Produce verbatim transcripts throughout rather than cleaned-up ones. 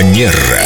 Манера.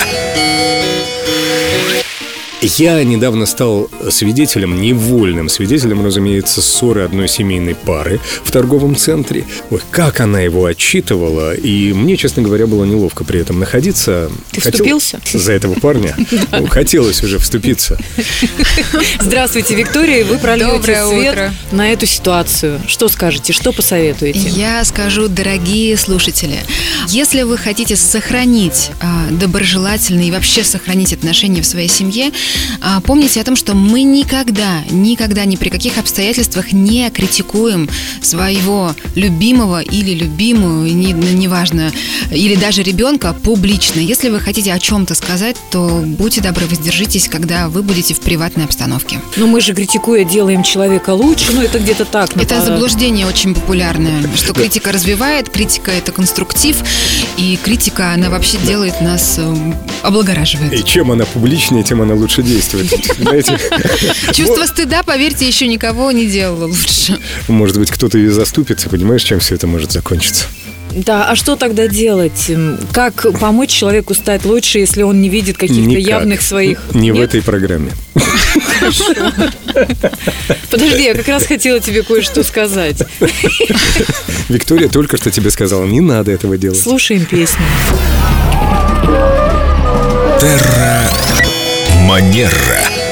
Я недавно стал свидетелем, невольным свидетелем, разумеется, ссоры одной семейной пары в торговом центре. Ой, как она его отчитывала, и мне, честно говоря, было неловко при этом находиться. Ты Хотел... вступился? За этого парня? Ну, хотелось уже вступиться. Здравствуйте, Виктория, вы прольете Доброе свет утро. на эту ситуацию. Что скажете, что посоветуете? Я скажу, дорогие слушатели, если вы хотите сохранить а, доброжелательные и вообще сохранить отношения в своей семье, а, помните о том, что мы никогда, никогда, ни при каких обстоятельствах не критикуем своего любимого или любимую, не, неважно, или даже ребенка публично. Если вы хотите о чем-то сказать, то будьте добры, воздержитесь, когда вы будете в приватной обстановке. Но мы же, критикуя, делаем человека лучше. Ну, это где-то так. Это заблуждение очень популярное, что критика развивает, критика – это конструктив, и критика, она вообще делает нас, э, облагораживает. И чем она публичнее, тем она лучше действует. Знаете? Чувство стыда, поверьте, еще никого не делало лучше. Может быть, кто-то и заступится, понимаешь, чем все это может закончиться. Да, а что тогда делать? Как помочь человеку стать лучше, если он не видит каких-то Никак. явных своих... Не Нет? в этой программе. Подожди, я как раз хотела тебе кое-что сказать. Виктория только что тебе сказала, не надо этого делать. Слушаем песню. Терра Манера.